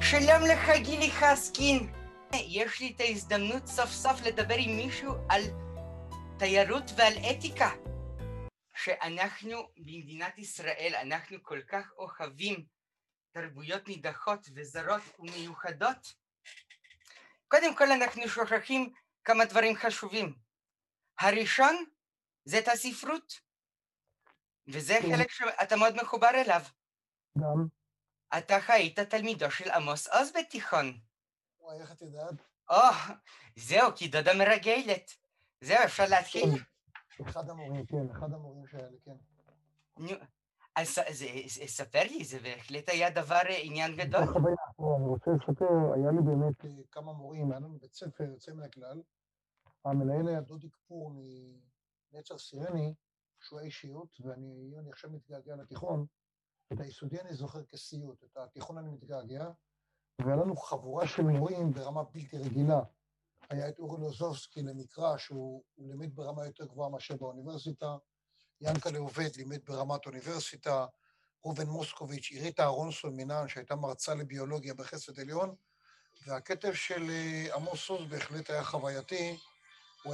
שלום לך גילי חסקין. יש לי את ההזדמנות סוף סוף לדבר עם מישהו על תיירות ועל אתיקה. שאנחנו במדינת ישראל, אנחנו כל כך אוהבים תרבויות נידחות וזרות ומיוחדות. קודם כל אנחנו שוכחים כמה דברים חשובים. הראשון זה את הספרות, וזה חלק שאתה מאוד מחובר אליו. גם. אתה היית תלמידו של עמוס עוז בתיכון. וואי, איך את יודעת? זהו, כי דודה מרגלת. זהו, אפשר להתחיל? אחד המורים שהיה לי, כן. נו, אז ספר לי, זה בהחלט היה דבר, עניין גדול. אני רוצה לספר, היה לי באמת כמה מורים, היה לנו בית ספר יוצא מן הכלל. המנהל היה דודי כפור מנצר סירני, שהוא האישיות, ואני עכשיו מתגעגע לתיכון. את היסודי אני זוכר כסיוט, את התיכון אני מתגעגע, והיה לנו חבורה של מורים ברמה בלתי רגילה. היה את אורי לוזובסקי למקרא, שהוא לימד ברמה יותר גבוהה מאשר באוניברסיטה, ינקלה עובד לימד ברמת אוניברסיטה, ראובן מוסקוביץ', עירית אהרונסון מנען, שהייתה מרצה לביולוגיה בחסד עליון, והכתב של עמוס עוז בהחלט היה חווייתי, הוא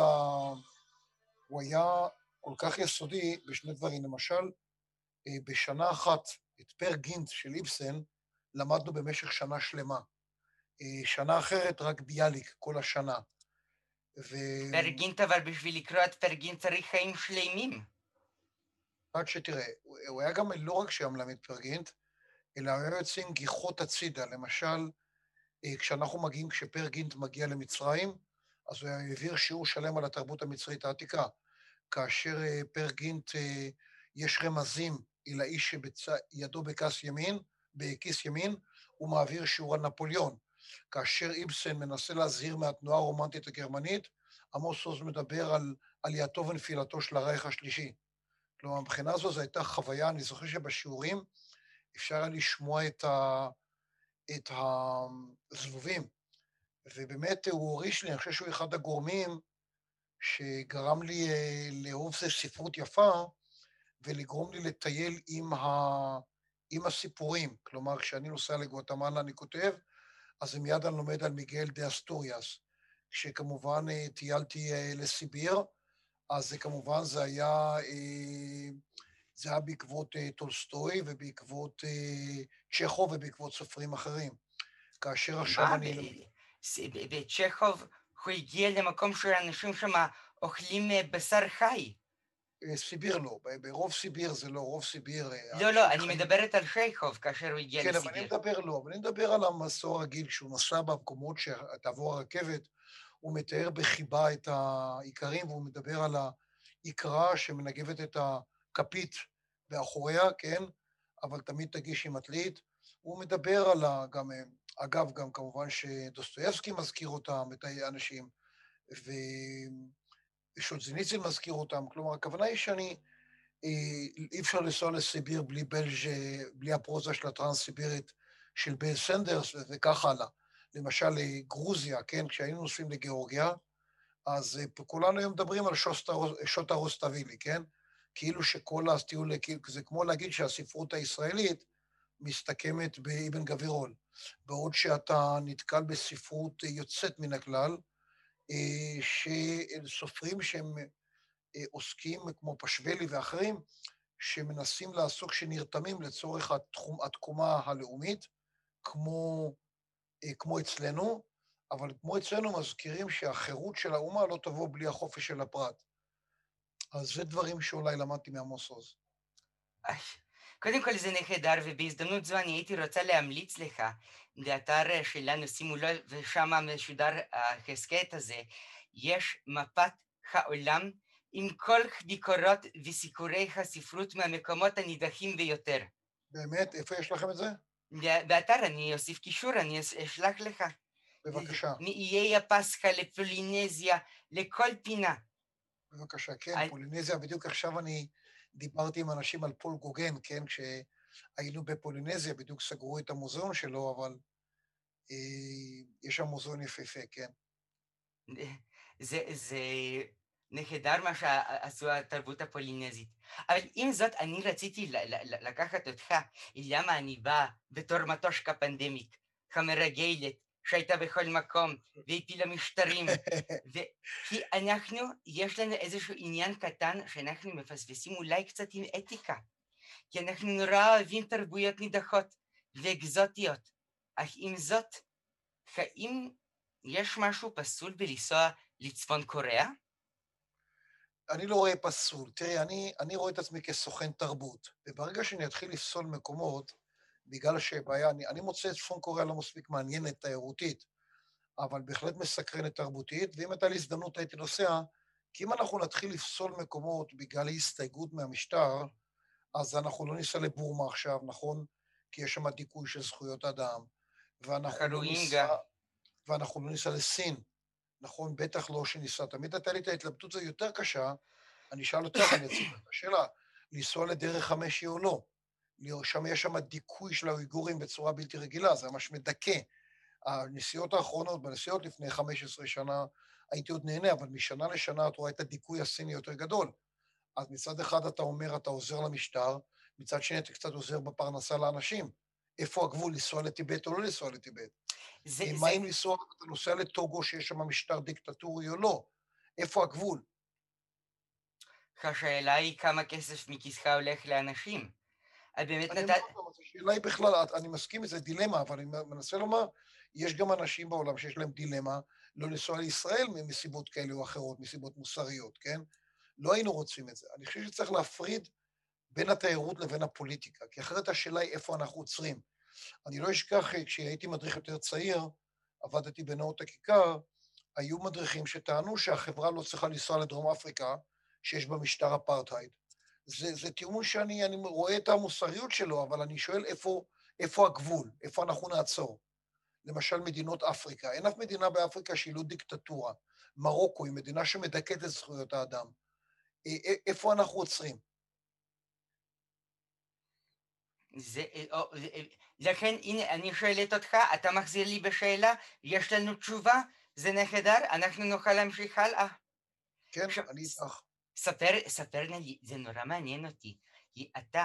היה כל כך יסודי בשני דברים, למשל, בשנה אחת את פר גינט של איבסן, למדנו במשך שנה שלמה. שנה אחרת רק ביאליק, כל השנה. פר גינט, אבל בשביל לקרוא את פר גינט צריך חיים שלמים. עד שתראה, הוא היה גם לא רק שהיה מלמד פר גינט, אלא הוא היה יוצא עם גיחות הצידה. למשל, כשפר גינט מגיע למצרים, אז הוא העביר שיעור שלם על התרבות המצרית העתיקה. כאשר פר גינט יש רמזים אל האיש שידו בכיס ימין, הוא מעביר שיעור על נפוליאון. כאשר איבסן מנסה להזהיר מהתנועה הרומנטית הגרמנית, עמוס עוז מדבר על עלייתו ונפילתו של הרייך השלישי. כלומר, מבחינה זו זו הייתה חוויה, אני זוכר שבשיעורים אפשר היה לשמוע את הזבובים, ובאמת הוא הוריש לי, אני חושב שהוא אחד הגורמים שגרם לי לאהוב ספרות יפה, ולגרום לי לטייל עם הסיפורים. כלומר, כשאני נוסע לגואטמלה אני כותב, אז מיד אני לומד על מיגל דה אסטוריאס. כשכמובן טיילתי לסיביר, אז כמובן זה היה בעקבות טולסטוי ובעקבות צ'כוב ובעקבות סופרים אחרים. כאשר עכשיו בצ'כוב הוא הגיע למקום שאנשים שם אוכלים בשר חי. סיביר לא, ברוב סיביר זה לא, רוב סיביר... לא, אני מדברת על צ'כוב כאשר הוא הגיע לסיביר. כן, אבל אני מדבר על המסור הרגיל, כשהוא נסע במקומות שתעבור הרכבת, הוא מתאר בחיבה את העיקרים, והוא מדבר על העיקרה שמנגבת את הכפית באחוריה, כן? אבל תמיד תגיש עם עתלית. הוא מדבר על אגב, גם כמובן שדוסטויבסקי מזכיר אותם, את האנשים, ושולז'ניצין מזכיר אותם. כלומר, הכוונה היא אי אפשר לנסוע לסיביר בלי הפרוזה של הטרנס-סיבירית של בל סנדרס וכך הלאה. למשל, גרוזיה, כן, כשהיינו נוסעים לגיאורגיה, אז כולנו היום מדברים על שוטה רוסטבילי, כן? כאילו שכל הטיול, זה כמו להגיד שהספרות הישראלית מסתכמת באבן גבירול, בעוד שאתה נתקל בספרות יוצאת מן הכלל, שסופרים שהם עוסקים כמו פשוולי ואחרים, שמנסים לעסוק, שנרתמים לצורך התקומה הלאומית, כמו אצלנו, אבל כמו אצלנו מזכירים שהחירות של האומה לא תבוא בלי החופש של הפרט. אז זה דברים שאולי למדתי מעמוס עוז. קודם כל זה נהדר, ובהזדמנות זו אני הייתי רוצה להמליץ לך לאתר שלנו, שימו לב, ושם משודר ההסכת הזה, יש מפת העולם עם כל ביקורות וסיכורי הספרות מהמקומות הנידחים ביותר. באמת? איפה יש לכם את זה? באתר, אני אוסיף קישור, אני אשלח לך. בבקשה. מאיי הפסקה לפולינזיה, לכל פינה. בבקשה, כן, פולינזיה, בדיוק עכשיו אני דיברתי עם אנשים על פול גוגן, כן, כשהיינו בפולינזיה, בדיוק סגרו את המוזיאון שלו, אבל יש שם מוזיאון יפהפה, כן. זה נהדר מה שעשו התרבות הפולינזית. אבל עם זאת, אני רציתי לקחת אותך, למה אני בא בתור מטושקה פנדמיק. המרגלת שהייתה בכל מקום והפילה משטרים. כי אנחנו, יש לנו איזשהו עניין קטן שאנחנו מפספסים אולי קצת עם אתיקה. כי אנחנו נורא אוהבים תרבויות נידחות ואקזוטיות. אך עם זאת, האם יש משהו פסול בלנסוע לצפון קוריאה? אני לא רואה פסול. תראי, אני רואה את עצמי כסוכן תרבות, וברגע שאני אתחיל לפסול מקומות, בגלל שבעיה, אני מוצא את צפון קוריאה לא מספיק מעניינת תיירותית, אבל בהחלט מסקרנת תרבותית, ואם הייתה לי הזדמנות הייתי נוסע, כי אם אנחנו נתחיל לפסול מקומות בגלל הסתייגות מהמשטר, אז אנחנו לא ניסע לבורמה עכשיו, נכון? כי יש שם דיכוי של זכויות אדם, ואנחנו לא ניסע, חרואינגה. ואנחנו לא ניסע לסין, נכון? בטח לא שניסע. תמיד הייתה לי את ההתלבטות הזו יותר קשה, אני אשאל אותך, אני אציג את השאלה, לנסוע לדרך חמשי או לא. שם יש שם דיכוי של האויגורים בצורה בלתי רגילה, זה ממש מדכא. הנסיעות האחרונות, בנסיעות לפני 15 שנה, הייתי עוד נהנה, אבל משנה לשנה את רואה את הדיכוי הסיני יותר גדול. אז מצד אחד אתה אומר, אתה עוזר למשטר, מצד שני אתה קצת עוזר בפרנסה לאנשים. איפה הגבול, לנסוע לטיבט או לא לנסוע לטיבט? מה אם לנסוע, אתה נוסע לטוגו שיש שם משטר דיקטטורי או לא? איפה הגבול? השאלה היא כמה כסף מכיסך הולך לאנשים. באמת אני אומר עוד פעם, השאלה היא בכלל, אני מסכים, זה דילמה, אבל אני מנסה לומר, יש גם אנשים בעולם שיש להם דילמה לא לנסוע לישראל מסיבות כאלה או אחרות, מסיבות מוסריות, כן? לא היינו רוצים את זה. אני חושב שצריך להפריד בין התיירות לבין הפוליטיקה, כי אחרת השאלה היא איפה אנחנו עוצרים. אני לא אשכח, כשהייתי מדריך יותר צעיר, עבדתי בנאות הכיכר, היו מדריכים שטענו שהחברה לא צריכה לנסוע לדרום אפריקה, שיש בה משטר אפרטהייד. זה טיעון שאני רואה את המוסריות שלו, אבל אני שואל איפה הגבול, איפה אנחנו נעצור. למשל מדינות אפריקה, אין אף מדינה באפריקה שהיא לא דיקטטורה. מרוקו היא מדינה שמדכאת את זכויות האדם. איפה אנחנו עוצרים? לכן, הנה, אני שואלת אותך, אתה מחזיר לי בשאלה, יש לנו תשובה, זה נהדר, אנחנו נוכל להמשיך הלאה. כן, עכשיו, אני איתך. ספר לי, זה נורא מעניין אותי, כי אתה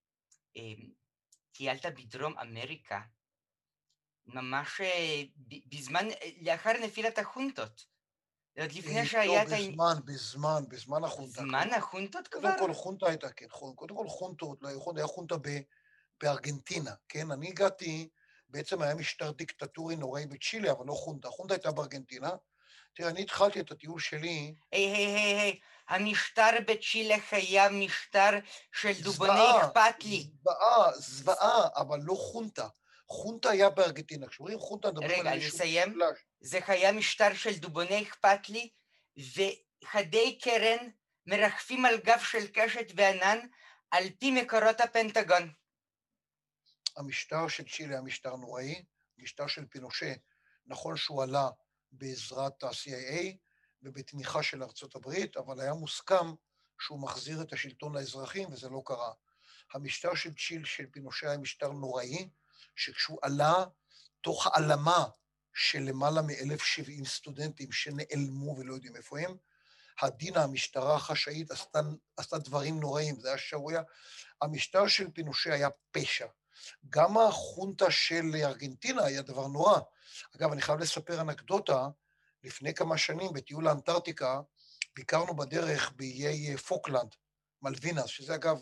טיילת בדרום אמריקה, ממש בזמן, לאחר נפילת החונטות, עוד לפני לא, שהיה את בזמן החונטה. זמן החונטות כבר? קודם כל חונטה הייתה, כן, קודם כל חונטות, לא היה חונטה בארגנטינה, כן? אני הגעתי, בעצם היה משטר דיקטטורי נוראי בצ'ילה, אבל לא חונטה. חונטה הייתה בארגנטינה. תראה, אני התחלתי את הטיול שלי... היי, המשטר בצ'ילה היה משטר של דובוני זוועה, אכפת לי. זוועה, אבל לא חונטה. חונטה היה בארגנטינה. כשאומרים חונטה, מדברים על רגע, אני איזשהו אסיים. משולש. זה היה משטר של דובוני אכפת לי, וחדי קרן מרחפים על גב של קשת וענן, על פי מקורות הפנטגון. המשטר של צ'ילה היה משטר נוראי, משטר של פינושה, נכון שהוא עלה בעזרת ה-CIA ובתמיכה של ארצות הברית, אבל היה מוסכם שהוא מחזיר את השלטון לאזרחים, וזה לא קרה. המשטר של צ'יל של פינושה היה משטר נוראי, שכשהוא עלה תוך העלמה של למעלה מ-1,070 סטודנטים שנעלמו ולא יודעים איפה הם, הדין, המשטרה החשאית עשתה דברים נוראים, זה היה שערוריה. המשטר של פינושה היה פשע. גם החונטה של ארגנטינה היה דבר נורא. אגב, אני חייב לספר אנקדוטה, לפני כמה שנים בטיול לאנטארקטיקה, ביקרנו בדרך באיי פוקלנד, מלווינס, שזה אגב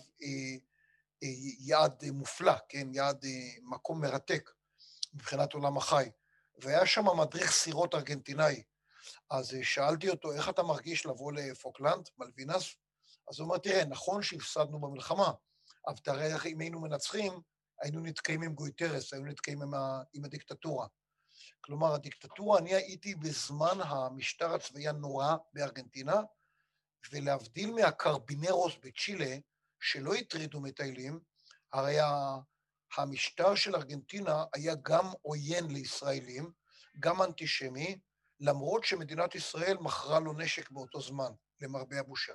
יעד מופלא, כן, מקום מרתק מבחינת עולם החי. והיה שם מדריך סירות ארגנטינאי. אז שאלתי אותו, איך אתה מרגיש לבוא לפוקלנד, מלווינס? אז הוא אומר, תראה, נכון שהפסדנו במלחמה, אבל תראה איך אם היינו מנצחים, היינו נתקעים עם גויטרס, היינו נתקעים עם הדיקטטורה. כלומר, הדיקטטורה, אני הייתי בזמן המשטר הצבאי הנורא בארגנטינה, ולהבדיל מהקרבינרוס בצ'ילה, שלא הטרידו מטיילים, הרי המשטר של ארגנטינה היה גם עוין לישראלים, גם אנטישמי, למרות שמדינת ישראל מכרה לו נשק באותו זמן, למרבה הבושה.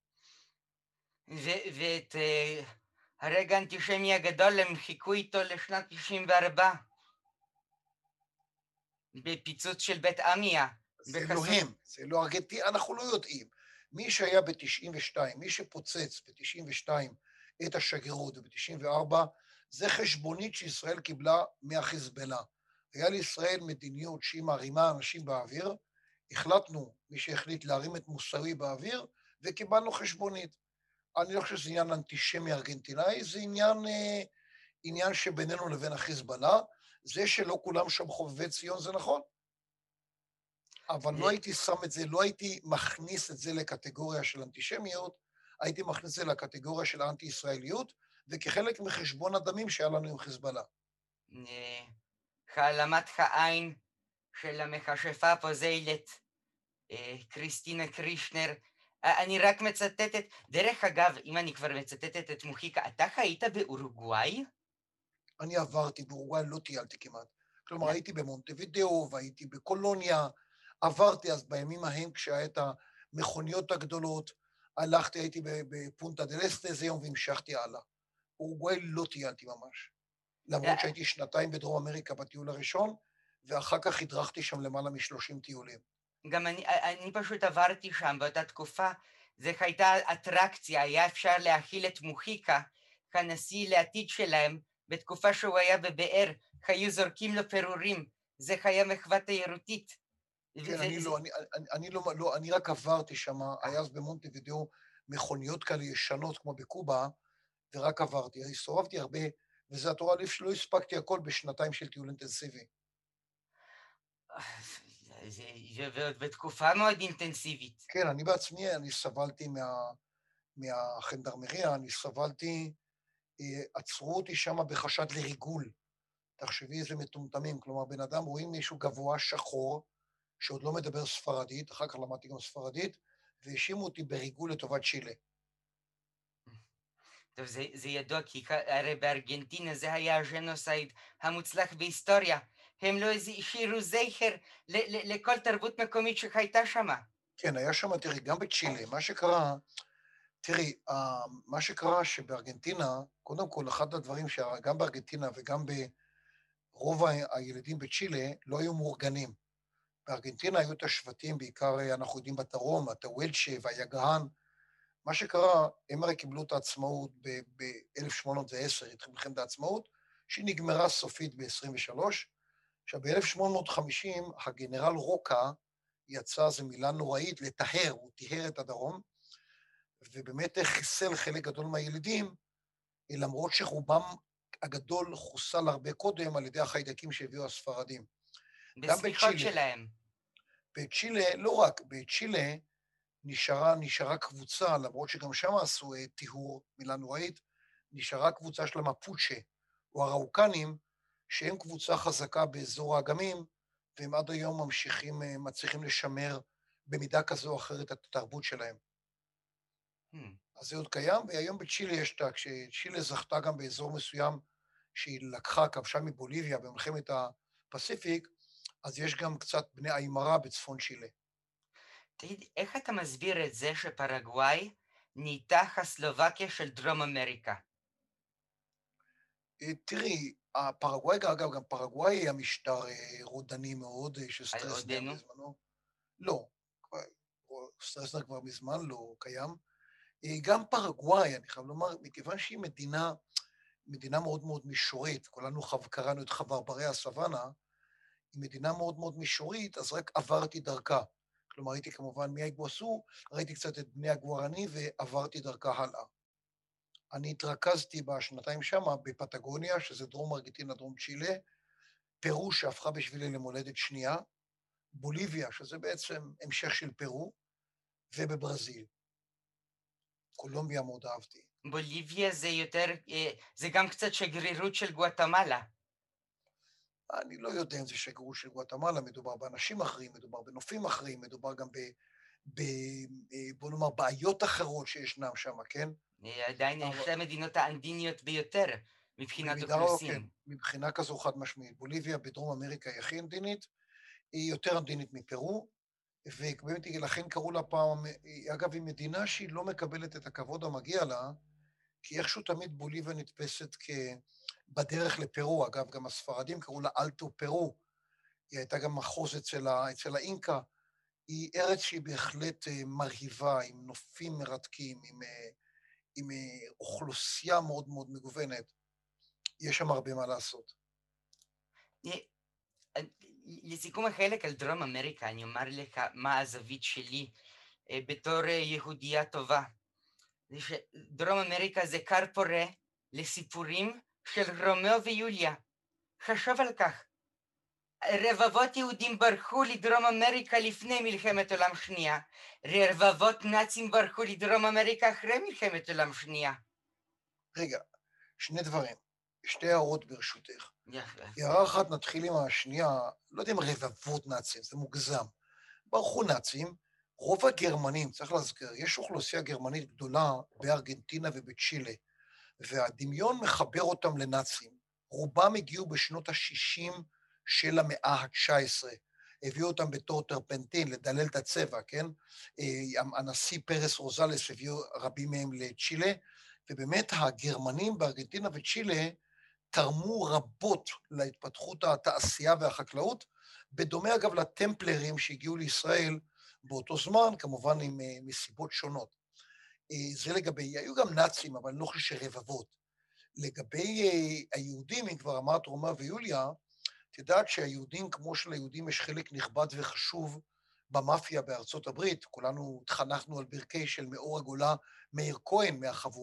ואת הרגע האנטישמי הגדול הם חיכו איתו לשנת 94, בפיצוץ של בית עמיה. זה לא הם, זה לא ארגנטינה, אנחנו לא יודעים. מי שהיה ב-92, מי שפוצץ ב-92 את השגרירות וב-94, זה חשבונית שישראל קיבלה מהחיזבאללה. היה לישראל מדיניות שהיא מרימה אנשים באוויר, החלטנו, מי שהחליט להרים את מוסאווי באוויר, וקיבלנו חשבונית. אני לא חושב שזה עניין אנטישמי ארגנטינאי, זה עניין שבינינו לבין החיזבאללה. זה שלא כולם שם חובבי ציון זה נכון, אבל לא אה, הייתי שם את זה, לא הייתי מכניס את זה לקטגוריה של אנטישמיות, הייתי מכניס את זה לקטגוריה של אנטי-ישראליות, וכחלק מחשבון הדמים שהיה לנו עם חיזבאללה. אה, העלמת העין של המכשפה הפוזלת, קריסטינה קרישנר. אני רק מצטטת, דרך אגב, אם אני כבר מצטטת את מוחיקה, אתה חיית באורוגוואי? אני עברתי, באורוגוואי לא טיילתי כמעט. כלומר, נ- הייתי במונטווידאו והייתי בקולוניה, עברתי אז בימים ההם כשהיה את המכוניות הגדולות, הלכתי, הייתי בפונטה דל אסטה איזה יום והמשכתי הלאה. אורוגוואי לא טיילתי ממש, למרות אה, שהייתי שנתיים בדרום אמריקה בטיול הראשון, ואחר כך הדרכתי שם למעלה מ-30 טיולים. גם אני פשוט עברתי שם באותה תקופה, זו הייתה אטרקציה, היה אפשר להכיל את מוחיקה, כנשיא לעתיד שלהם, בתקופה שהוא היה בבאר, היו זורקים לו פירורים, זה היה מחווה תיירותית. כן, זה, אני זה, לא, אני לא, אני רק עברתי שם, היה אז במונטווידאו מכוניות כאלה ישנות כמו בקובה, ורק עברתי. הסתובבתי הרבה, וזה התורה לי שלא הספקתי הכל בשנתיים של טיול אינטנסיבי. ועוד בתקופה מאוד אינטנסיבית. כן, אני בעצמי, אני סבלתי מהחנדרמריה, אני סבלתי, עצרו אותי שם בחשד לריגול. תחשבי איזה מטומטמים, כלומר, בן אדם רואים מישהו גבוה, שחור, שעוד לא מדבר ספרדית, אחר כך למדתי גם ספרדית, והאשימו אותי בריגול לטובת צ'ילה. טוב, זה ידוע כי הרי בארגנטינה זה היה הג'נוסייד המוצלח בהיסטוריה. הם לא השאירו זכר לכל תרבות מקומית שהייתה שמה. כן, היה שם, תראי, גם בצ'ילה, מה שקרה, תראי, מה שקרה שבארגנטינה, קודם כל, אחד הדברים שגם בארגנטינה וגם ברוב הילדים בצ'ילה לא היו מאורגנים. בארגנטינה היו את השבטים, בעיקר אנחנו יודעים בדרום, הטוולצ'ה והיגהן. מה שקרה, הם הרי קיבלו את העצמאות ב-1810, התחילה מלחמת העצמאות, שהיא נגמרה סופית ב-23. עכשיו, ב-1850 הגנרל רוקה יצא, זו מילה נוראית, לטהר, הוא טיהר את הדרום, ובאמת חיסל חלק גדול מהילידים, למרות שרובם הגדול חוסל הרבה קודם על ידי החיידקים שהביאו הספרדים. גם בסליחות בצ'ילה, שלהם. בצ'ילה, לא רק, בצ'ילה נשארה קבוצה, למרות שגם שם עשו טיהור, מילה נוראית, נשארה קבוצה של המפוצ'ה, או הראוקנים, שהם קבוצה חזקה באזור האגמים, והם עד היום מצליחים לשמר במידה כזו או אחרת את התרבות שלהם. Hmm. אז זה עוד קיים, והיום בצ'ילה יש כשצ'ילה זכתה גם באזור מסוים שהיא לקחה, כבשה מבוליביה במלחמת הפסיפיק, אז יש גם קצת בני איימרה בצפון צ'ילה. תגיד, איך אתה מסביר את זה שפרגוואי נהייתה הסלובקיה של דרום אמריקה? תראי, הפרגוואי, אגב, גם פרגוואי היה משטר רודני מאוד, על שסטרסנר עודנו? בזמנו. לא, סטרסנר כבר מזמן לא קיים. גם פרגוואי, אני חייב לומר, מכיוון שהיא מדינה מאוד מאוד מישורית, כולנו קראנו את חברברי הסוואנה, היא מדינה מאוד מאוד מישורית, אז רק עברתי דרכה. כלומר, הייתי כמובן מאיגואסו, ראיתי קצת את בני הגוארני ועברתי דרכה הלאה. אני התרכזתי בשנתיים שמה בפטגוניה, שזה דרום ארגנטינה, דרום צ'ילה, פרו שהפכה בשבילי למולדת שנייה, בוליביה, שזה בעצם המשך של פרו, ובברזיל. קולומביה מאוד אהבתי. בוליביה זה יותר, זה גם קצת שגרירות של גואטמלה. אני לא יודע אם זה שגרירות של גואטמלה, מדובר באנשים אחרים, מדובר בנופים אחרים, מדובר גם ב בוא נאמר, בעיות אחרות שישנם שם, כן? עדיין אבל שתי המדינות האנדיניות ביותר מבחינת במידה רבה, כן, אוכלוסין. מבחינה כזו חד משמעית. בוליביה בדרום אמריקה היא הכי אנדינית, היא יותר אנדינית מפרו, ובאמת לכן קראו לה פעם, אגב, היא מדינה שהיא לא מקבלת את הכבוד המגיע לה, כי איכשהו תמיד בוליביה נתפסת בדרך לפרו, אגב, גם הספרדים קראו לה אלטו פרו, היא הייתה גם מחוז אצל האינקה, היא ארץ שהיא בהחלט מרהיבה, עם נופים מרתקים, עם אוכלוסייה מאוד מאוד מגוונת. יש שם הרבה מה לעשות. לסיכום החלק על דרום אמריקה, אני אומר לך מה הזווית שלי בתור יהודייה טובה. זה שדרום אמריקה זה כר פורה לסיפורים של רומאו ויוליה. חשוב על כך. רבבות יהודים ברחו לדרום אמריקה לפני מלחמת עולם שנייה. רבבות נאצים ברחו לדרום אמריקה אחרי מלחמת עולם שנייה. רגע, שני דברים, שתי הערות ברשותך. יחד. הערה אחת, נתחיל עם השנייה, לא יודע אם רבבות נאצים, זה מוגזם. ברחו נאצים, רוב הגרמנים, צריך להזכיר, יש אוכלוסייה גרמנית גדולה בארגנטינה ובצ'ילה, והדמיון מחבר אותם לנאצים. רובם הגיעו בשנות ה-60 של המאה ה-19. הביאו אותם בתור טרפנטין, לדלל את הצבע, כן? הנשיא פרס רוזלס הביאו רבים מהם לצ'ילה, ובאמת הגרמנים בארגנטינה וצ'ילה תרמו רבות להתפתחות התעשייה והחקלאות, בדומה אגב לטמפלרים שהגיעו לישראל באותו זמן, כמובן עם מסיבות שונות. זה לגבי, היו גם נאצים, אבל אני לא חושב שרבבות. לגבי היהודים, אם כבר אמרת רומא ויוליה, את יודעת שהיהודים, כמו שליהודים יש חלק נכבד וחשוב במאפיה בארצות הברית, כולנו התחנכנו על ברכי של מאור הגולה מאיר כהן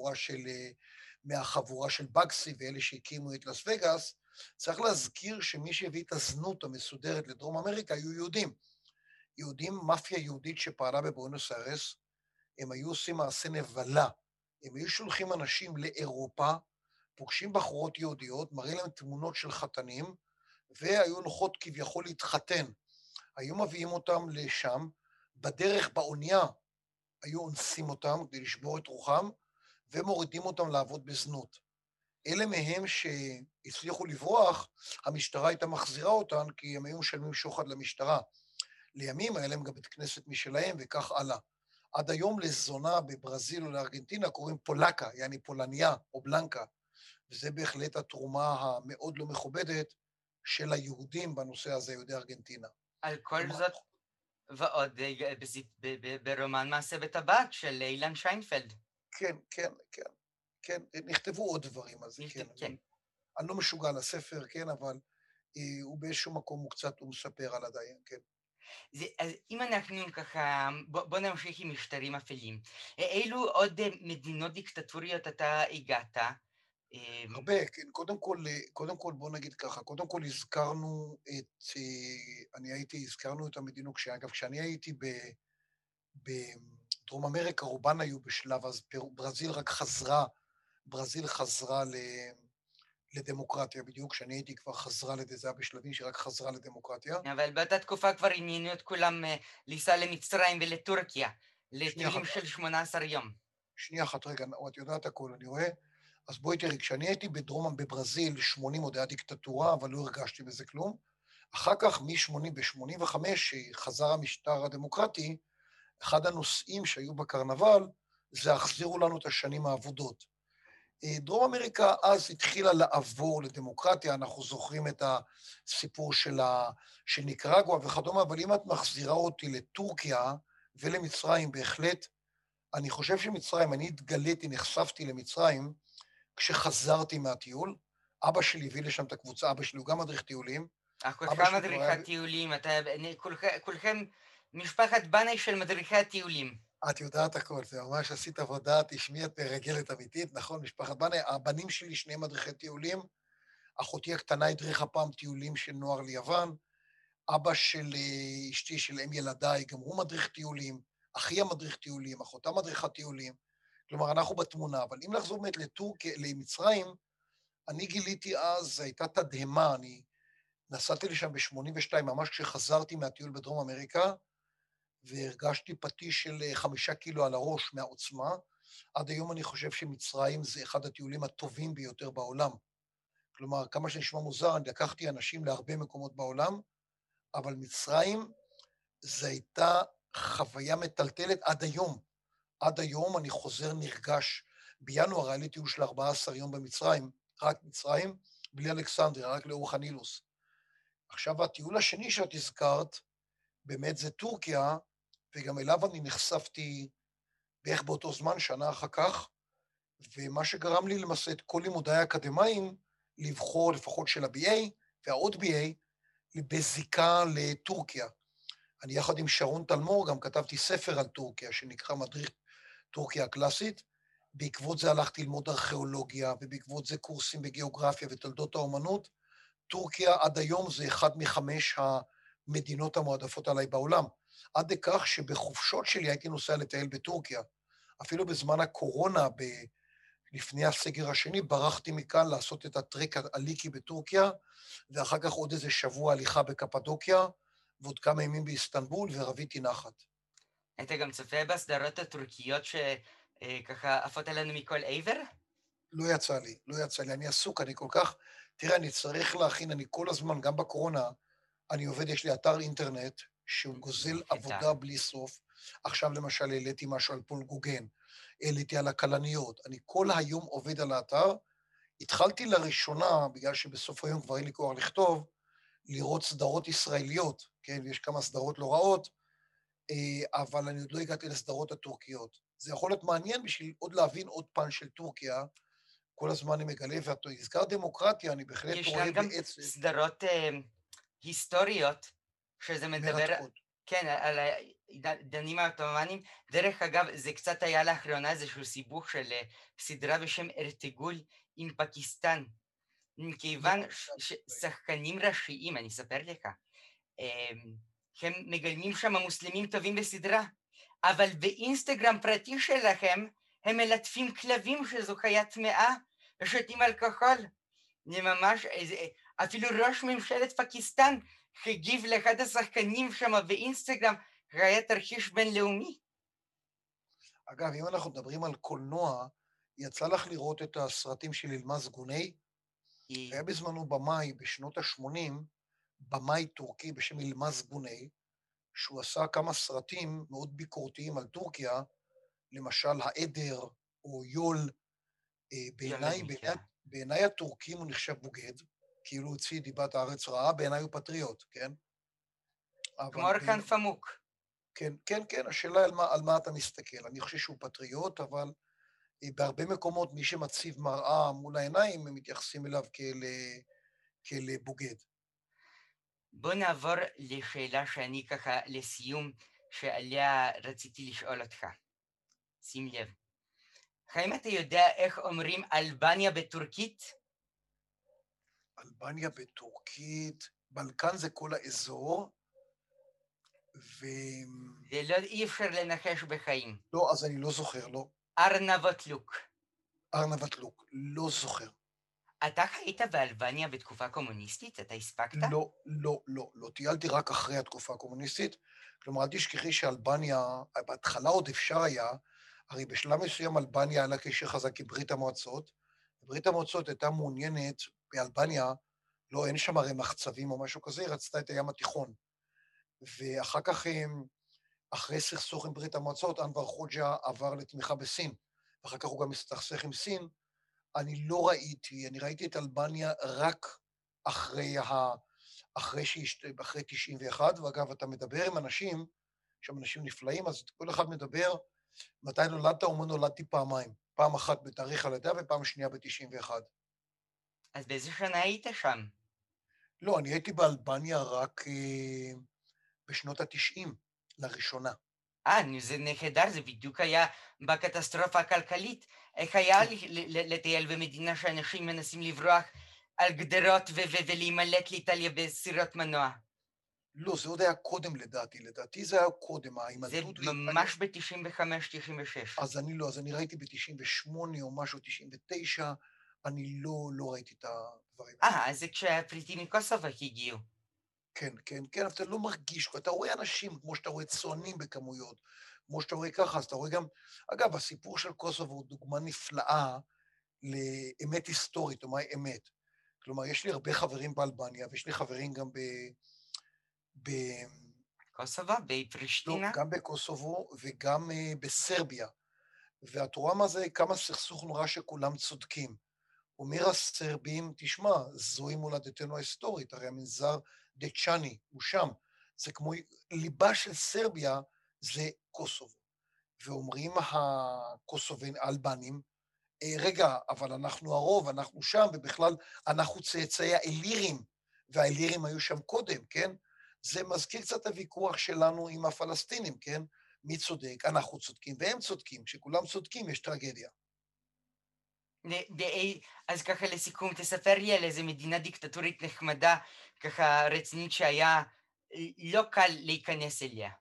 מהחבורה של בגסי ואלה שהקימו את לס וגאס, צריך להזכיר שמי שהביא את הזנות המסודרת לדרום אמריקה היו יהודים. יהודים, מאפיה יהודית שפעלה בבואנוס איירס, הם היו עושים מעשה נבלה. הם היו שולחים אנשים לאירופה, פוגשים בחורות יהודיות, מראים להם תמונות של חתנים, והיו הולכות כביכול להתחתן. היו מביאים אותם לשם, בדרך באונייה היו אונסים אותם כדי לשבור את רוחם, ומורידים אותם לעבוד בזנות. אלה מהם שהצליחו לברוח, המשטרה הייתה מחזירה אותם, כי הם היו משלמים שוחד למשטרה. לימים היה להם גם בית כנסת משלהם, וכך הלאה. עד היום לזונה בברזיל או לארגנטינה קוראים פולקה, יעני פולניה או בלנקה, וזה בהחלט התרומה המאוד לא מכובדת של היהודים בנושא הזה, יהודי ארגנטינה. על כל זאת ועוד ברומן מעשה בטבעת של אילן שיינפלד. כן, כן, כן, כן, נכתבו עוד דברים על זה, כן. אני לא משוגע לספר, כן, אבל הוא באיזשהו מקום הוא מספר על הדיין, כן. אז אם אנחנו ככה, בוא נמשיך עם משטרים אפלים. אילו עוד מדינות דיקטטוריות אתה הגעת? הרבה, כן, קודם כל בוא נגיד ככה, קודם כל הזכרנו הזכרנו את המדינות, אגב, כשאני הייתי בדרום אמריקה, רובן היו בשלב, אז ברזיל חזרה לדמוקרטיה בדיוק, כשאני הייתי כבר זה היה בשלבים שרק חזרה לדמוקרטיה. אבל באותה תקופה כבר עניינו את כולם לנסוע למצרים ולטורקיה, לטיולים של 18 יום. שנייה אחת, רגע, את יודעת הכל, אני רואה. אז בואי תראי, כשאני הייתי בברזיל, 80 עוד היה דיקטטורה, אבל לא הרגשתי בזה כלום. אחר כך, ב-85, שחזר המשטר הדמוקרטי, אחד הנושאים שהיו בקרנבל, זה החזירו לנו את השנים האבודות. דרום אמריקה אז התחילה לעבור לדמוקרטיה, אנחנו זוכרים את הסיפור של ניקרגואה וכדומה, אבל אם את מחזירה אותי לטורקיה ולמצרים, בהחלט, אני חושב שמצרים, אני נחשפתי למצרים, כשחזרתי מהטיול, אבא שלי הביא לשם את הקבוצה, אבא שלי הוא גם מדריך טיולים. כולכם מדריכי טיולים, כולכם משפחת בני של מדריכי הטיולים. את יודעת הכל, זה ממש עשית עבודה, תשמעי את מרגלת אמיתית, נכון, משפחת בני, הבנים שלי שני מדריכי טיולים, אחותי הקטנה הדריכה פעם טיולים של נוער ליוון, אבא של אשתי, של אם ילדיי, גם הוא מדריך טיולים, אחי המדריך טיולים, אחותה מדריכת טיולים, כלומר, אנחנו בתמונה, אבל אם לחזור באמת למצרים, אני גיליתי אז, הייתה תדהמה, אני נסעתי לשם ב-82, ממש כשחזרתי מהטיול בדרום אמריקה, והרגשתי פטיש של 5 קילו על הראש מהעוצמה. עד היום אני חושב שמצרים זה אחד הטיולים הטובים ביותר בעולם. כלומר, כמה שנשמע מוזר, אני לקחתי אנשים להרבה מקומות בעולם, אבל מצרים זו הייתה חוויה מטלטלת עד היום. עד היום אני חוזר נרגש. בינואר היה לי טיול של 14 יום במצרים, רק מצרים, בלי אלכסנדריה, רק לאורך הנילוס. עכשיו, הטיול השני שאת הזכרת, באמת זה טורקיה, וגם אליו אני נחשפתי בערך באותו זמן, שנה אחר כך, ומה שגרם לי למעשה את כל לימודיי האקדמיים, לבחור לפחות של ה-BA והעוד BA, בזיקה לטורקיה. אני יחד עם שרון תלמור גם כתבתי ספר על טורקיה, שנקרא מדריך טורקיה הקלאסית. בעקבות זה הלכתי ללמוד ארכיאולוגיה, ובעקבות זה קורסים בגיאוגרפיה ותולדות האומנות. טורקיה עד היום זה אחד מחמש המדינות המועדפות עליי בעולם. עד לכך שבחופשות שלי הייתי נוסע לטייל בטורקיה. אפילו בזמן הקורונה, לפני הסגר השני, ברחתי מכאן לעשות את הטרק הליקי בטורקיה, ואחר כך עוד איזה שבוע הליכה בקפדוקיה, ועוד כמה ימים באיסטנבול, ורביתי נחת. אתה גם צופה בסדרות הטורקיות שככה עפות עלינו מכל עבר? לא יצא לי, לא יצא לי, אני עסוק, אני כל כך... תראה, אני צריך להכין, אני כל הזמן, גם בקורונה, אני עובד, יש לי אתר אינטרנט שהוא גוזל נהדר. עבודה בלי סוף. עכשיו למשל העליתי משהו על פול גוגן, העליתי על הכלניות, אני כל היום עובד על האתר. התחלתי לראשונה, בגלל שבסוף היום כבר אין לי כוח לכתוב, לראות סדרות ישראליות, כן? ויש כמה סדרות לא רעות, אבל אני עוד לא הגעתי לסדרות הטורקיות. זה יכול להיות מעניין בשביל עוד להבין עוד פן של טורקיה, כל הזמן אני מגלה, ואתה הזכר דמוקרטיה, אני בהחלט רואה ישנן גם בעצם סדרות היסטוריות, שזה מדבר, מרתקות. כן, על העידנים העות'מאנים. דרך אגב, זה קצת היה לאחרונה איזשהו סיבוך של סדרה בשם ארטגול עם פקיסטן. מכיוון נכון, ששחקנים ראשיים, אני אספר לך, הם מגלמים שם מוסלמים טובים בסדרה, אבל באינסטגרם פרטי שלכם הם מלטפים כלבים שזו חיה טמאה ושותים אלכוהול. זה ממש, אפילו ראש ממשלת פקיסטן הגיב לאחד השחקנים שם באינסטגרם, היה תרחיש בינלאומי. אגב, אם אנחנו מדברים על קולנוע, יצא לך לראות את הסרטים של ילמז גוני? היה בזמנו במאי, בשנות ה-80, במאי טורקי בשם ילמז גוני, שהוא עשה כמה סרטים מאוד ביקורתיים על טורקיה, למשל העדר או יול. יולד מכיר. בעיניי הטורקים הוא נחשב בוגד, כאילו הוא הוציא דיבת הארץ רעה, בעיניי הוא פטריוט, כן? כמו אבל ארקן פמוק. כן, כן, כן, השאלה על מה אתה מסתכל. אני חושב שהוא פטריוט, אבל בהרבה מקומות מי שמציב מראה מול העיניים, הם מתייחסים אליו כאל בוגד. בוא נעבור לשאלה שאני ככה לסיום, שעליה רציתי לשאול אותך. שים לב. האם אתה יודע איך אומרים אלבניה בטורקית? אלבניה בטורקית, בלקן זה כל האזור, זה לא, אי אפשר לנחש בחיים. לא, אז אני לא זוכר, לא. ארנבוטלוק. ארנבטלוק, לא זוכר. אתה היית באלבניה בתקופה קומוניסטית? אתה הספקת? לא, לא, לא, לא. טיילתי רק אחרי התקופה הקומוניסטית. כלומר, אל תשכחי שאלבניה, בהתחלה עוד אפשר היה, הרי בשלב מסוים אלבניה היה לה קשר חזק עם ברית המועצות. ברית המועצות הייתה מעוניינת באלבניה, לא, אין שם הרי מחצבים או משהו כזה, היא רצתה את הים התיכון. ואחר כך, אחרי סכסוך עם ברית המועצות, אנואר חוג'ה עבר לתמיכה בסין. ואחר כך הוא גם הסתכסך עם סין. אני לא ראיתי, אני ראיתי את אלבניה רק אחרי 91, ואגב, אתה מדבר עם אנשים, יש שם אנשים נפלאים, אז כל אחד מדבר, מתי נולדת? הוא אומר, נולדתי פעמיים. פעם אחת בתאריך הלידה ופעם שנייה ב-91. אז באיזה שנה היית שם? לא, אני הייתי באלבניה רק בשנות ה-90, לראשונה. זה נהדר, זה בדיוק היה בקטסטרופה הכלכלית. איך היה לטייל במדינה שאנשים מנסים לברוח על גדרות ולהימלט לאיטליה בסירות מנוע? לא, זה עוד היה קודם לדעתי זה היה קודם, זה ההימלטות ממש ב-95-96. אז אני לא, אז אני ראיתי ב-98 או משהו, 99, אני לא ראיתי את הדברים האלה. אז זה כשהפליטים מקוסובה הגיעו. כן, כן, כן, אבל אתה לא מרגיש, אתה רואה אנשים, כמו שאתה רואה צוענים בכמויות, כמו שאתה רואה ככה, אז אתה רואה גם, אגב, הסיפור של קוסובו הוא דוגמה נפלאה לאמת היסטורית, או מהי אמת. כלומר, יש לי הרבה חברים באלבניה, ויש לי חברים גם ב קוסובה? לא, בפרישטינה? גם בקוסובו וגם בסרביה. ואת רואה מה זה, כמה סכסוך נורא שכולם צודקים. אומר הסרבים, תשמע, זוהי מולדתנו ההיסטורית, הרי המנזר דצ'אני הוא שם. זה כמו, ליבה של סרביה זה קוסובו. ואומרים הקוסובים, האלבנים, רגע, אבל אנחנו הרוב, אנחנו שם, ובכלל אנחנו צאצאי האלירים, והאלירים היו שם קודם, כן? זה מזכיר קצת הוויכוח שלנו עם הפלסטינים, כן? מי צודק? אנחנו צודקים והם צודקים. כשכולם צודקים יש טרגדיה. אז ככה לסיכום, תספר לי על איזה מדינה דיקטטורית נחמדה, ככה רצינית שהיה לא קל להיכנס אליה.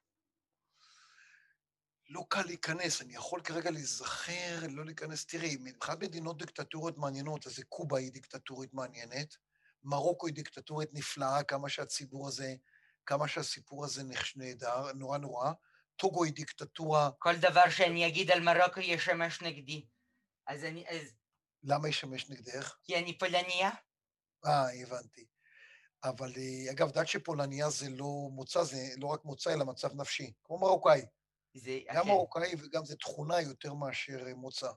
לא קל להיכנס, אני יכול כרגע להיזכר, לא להיכנס. תראי, מבחינת מדינות דיקטטוריות מעניינות, אז קובה היא דיקטטורית מעניינת, מרוקו היא דיקטטורית נפלאה, כמה שהסיפור הזה נהדר, נורא נורא. טוגו היא דיקטטורה... כל דבר שאני אגיד על מרוקו ישמש נגדי. אז למה ישמש נגדך? כי אני פולניה. הבנתי. אבל אגב, דת שפולניה זה לא מוצא, זה לא רק מוצא, אלא מצב נפשי, כמו מרוקאי. זה גם אחר. מרוקאי וגם זה תכונה יותר מאשר מוצא.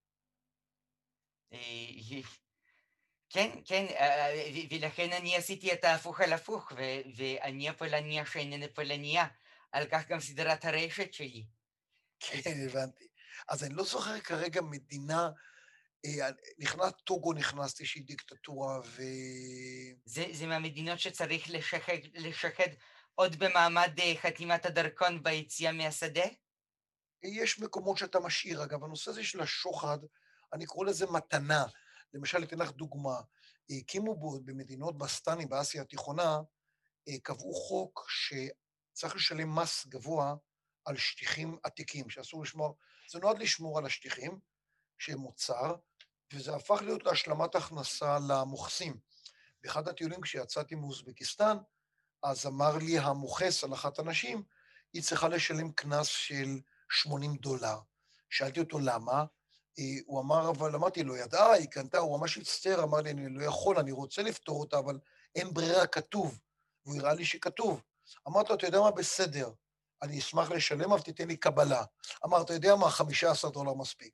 כן, כן, ולכן אני עשיתי את ההפוך על הפוך, ואני הפולניה שאיננה פולניה, על כך גם סדרת הרשת שלי. כן, הבנתי. אז אני לא זוכר כרגע מדינה, טוגו נכנסתי שהיא דיקטטורה, זה מהמדינות שצריך לשחד עוד במעמד חתימת הדרכון ביציאה מהשדה? יש מקומות שאתה משאיר. אגב, הנושא הזה של השוחד, אני קורא לזה מתנה. למשל, אתן לך דוגמה. הקימו במדינות בסטנים, באסיה התיכונה, קבעו חוק שצריך לשלם מס גבוה על שטיחים עתיקים, שאסור לשמור, זה נועד לשמור על השטיחים, שהם מוצר, וזה הפך להיות להשלמת הכנסה למוכסים. באחד הטיולים כשיצאתי מאוזבקיסטן, אז אמר לי המוכס על אחת הנשים, היא צריכה לשלם קנס של $80. שאלתי אותו למה, הוא אמר, אבל אמרתי לו, ידעה, היא קנתה, הוא ממש הצטער, אמר לי, אני לא יכול, אני רוצה לפתור אותה, אבל אין ברירה, כתוב. והוא הראה לי שכתוב. אמרתי לו, אתה יודע מה, בסדר, אני אשמח לשלם, אבל תיתן לי קבלה. אמר, אתה יודע מה, $15 מספיק.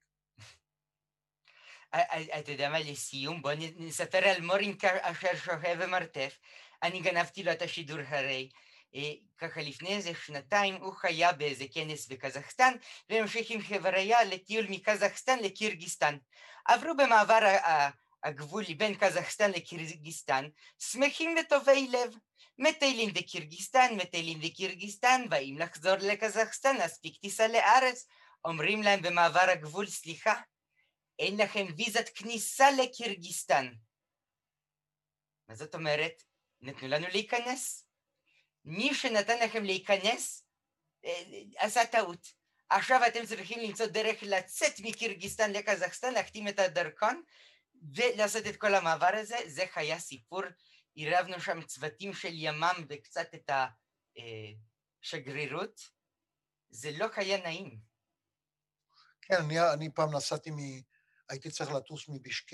אתה יודע מה, לסיום, בוא נספר על מורין אשר שוהה ומרתף. אני גנבתי לו את השידור הרי. ככה לפני איזה שנתיים הוא היה באיזה כנס בקזחסטן, והמשיך עם חבריה לטיול מקזחסטן לקירגיסטן. עברו במעבר הגבול בין קזחסטן לקירגיסטן, שמחים וטובי לב. מטיילים בקירגיסטן, מטיילים בקירגיסטן, באים לחזור לקזחסטן, להספיק טיסה לארץ. אומרים להם במעבר הגבול, סליחה, אין לכם ויזת כניסה לקירגיסטן. מה זאת אומרת? נתנו לנו להיכנס. מי שנתן לכם להיכנס, עשה טעות. עכשיו אתם צריכים למצוא דרך לצאת מקירגיסטן לקזחסטן, להחתים את הדרכון, ולעשות את כל המעבר הזה. זה היה סיפור, עירבנו שם צוותים של ימ"מ וקצת את השגרירות. זה לא היה נעים. כן, אני פעם הייתי צריך לטוס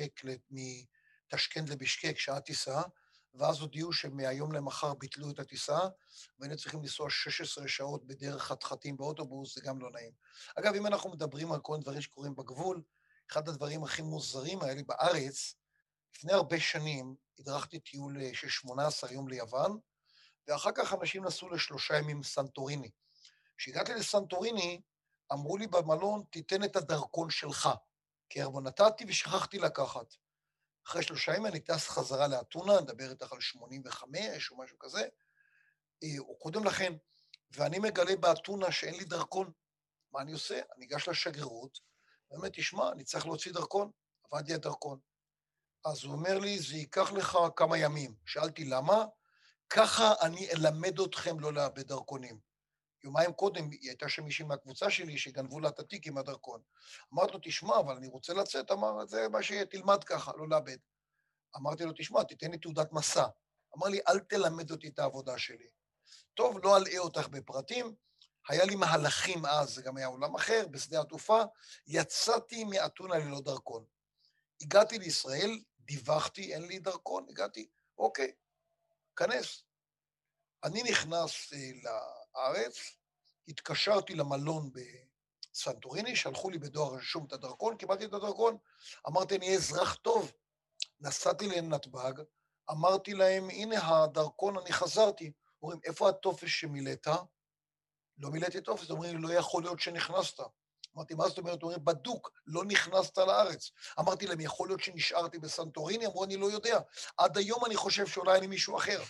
מטשקנט לבישקק, שעה טיסה, ואז הודיעו שמהיום למחר ביטלו את הטיסה, והיינו צריכים לנסוע 16 שעות בדרך חתחתים באוטובוס, זה גם לא נעים. אגב, אם אנחנו מדברים על כל מיני דברים שקורים בגבול, אחד הדברים הכי מוזרים היה לי בארץ, לפני הרבה שנים הדרכתי טיול של 18 יום ליוון, ואחר כך אנשים נסעו ל3 ימים סנטוריני. כשהגעתי לסנטוריני, אמרו לי במלון, תיתן את הדרכון שלך. כי הרבה נתתי ושכחתי לקחת. אחרי 3 ימים אני טס חזרה לאתונה, נדבר איתך על 85 או משהו כזה, או קודם לכן, ואני מגלה באתונה שאין לי דרכון. מה אני עושה? אני אגש לשגרירות, ואומר, תשמע, אני צריך להוציא דרכון, עבד לי הדרכון. אז הוא אומר לי, זה ייקח לך כמה ימים. שאלתי למה? ככה אני אלמד אתכם לא לאבד דרכונים. יומיים קודם, היא הייתה שם מישהי מהקבוצה שלי, שגנבו לה את התיק עם הדרכון. אמרתי לו, תשמע, אבל אני רוצה לצאת, אמר, זה מה שתלמד ככה, לא לאבד. אמרתי לו, תשמע, תיתן לי תעודת מסע. אמר לי, אל תלמד אותי את העבודה שלי. טוב, לא אלאה אותך בפרטים, היה לי מהלכים אז, זה גם היה עולם אחר, בשדה התעופה, יצאתי מאתונה ללא דרכון. הגעתי לישראל, דיווחתי, אין לי דרכון, הגעתי, אוקיי, כנס. אני נכנס לארץ, התקשרתי למלון בסנטוריני, שלחו לי בדואר רשום את הדרכון, קיבלתי את הדרכון, אמרתי, אני אזרח טוב. נסעתי לנתב"ג, אמרתי להם, הנה הדרכון, אני חזרתי. אומרים, איפה הטופס שמילאת? לא מילאתי טופס, אומרים, לא יכול להיות שנכנסת. אמרתי, מה זאת אומרת? הוא אומר, בדוק, לא נכנסת לארץ. אמרתי להם, יכול להיות שנשארתי בסנטוריני? אמרו, אני לא יודע. עד היום אני חושב שאולי אני מישהו אחר.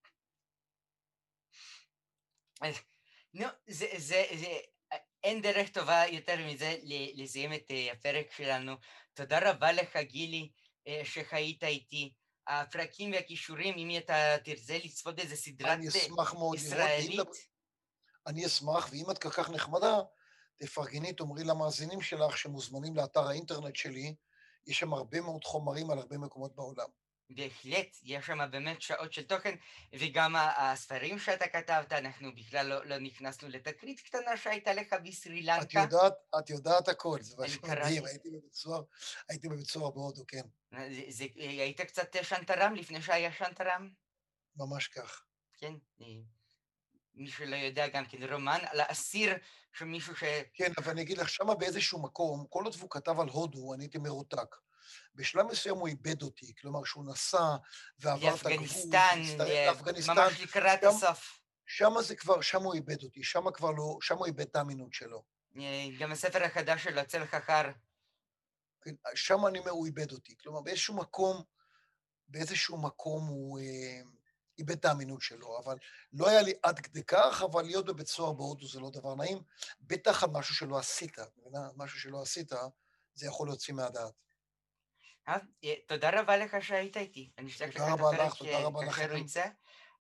אז נו, אין דרך טובה יותר מזה לסיים את הפרק שלנו. תודה רבה לך, גילי, שחיית איתי. הפרקים והכישורים, אם אתה תרצה לצפות באיזה סדרת אני אשמח מאוד לראות, ישראלית, אני אשמח, ואם את כל כך נחמדה, תפרגני, תאמרי למאזינים שלך שמוזמנים לאתר האינטרנט שלי, יש שם הרבה מאוד חומרים על הרבה מקומות בעולם. בהחלט, יש שם באמת שעות של תוכן, וגם הספרים שאתה כתבת, אנחנו בכלל לא נכנסנו לתקרית קטנה שהייתה לך בסרי לנקה. את יודעת הכל, זה אני משהו מדהים, קראתי, הייתי בבית סוהר בהודו, כן, היית קצת שנתרם לפני שהיה שנתרם, ממש כך. כן? מי שלא יודע גם כן, רומן על האסיר של מישהו ש... כן, אבל אני אגיד לך, שמה באיזשהו מקום, כל עוד הוא כתב על הודו, אני הייתי מרותק. בשלב מסוים הוא איבד אותי, כלומר, שהוא נסע ועבר את הגבול לאפגניסטן, והצטרף לאפגניסטן, ממש לקראת שם, הסוף. שם הוא איבד אותי, שם כבר לא, שם הוא איבד את האמינות שלו. גם הספר החדש שלו, צל חכר, כן, שם אני אומר, הוא איבד אותי. כלומר, באיזשהו מקום הוא איבד את האמינות שלו, אבל לא היה לי עד כדי כך, אבל להיות בבית סוהר בהודו זה לא דבר נעים, בטח על משהו שלא עשית, מבינה? משהו שלא עשית, זה יכול להוציא מהדעת. תודה רבה לך שהיית איתי. אני אשלח לך תודה את רבה הפרק לך, תודה רבה כאשר הוא לכם. יצא.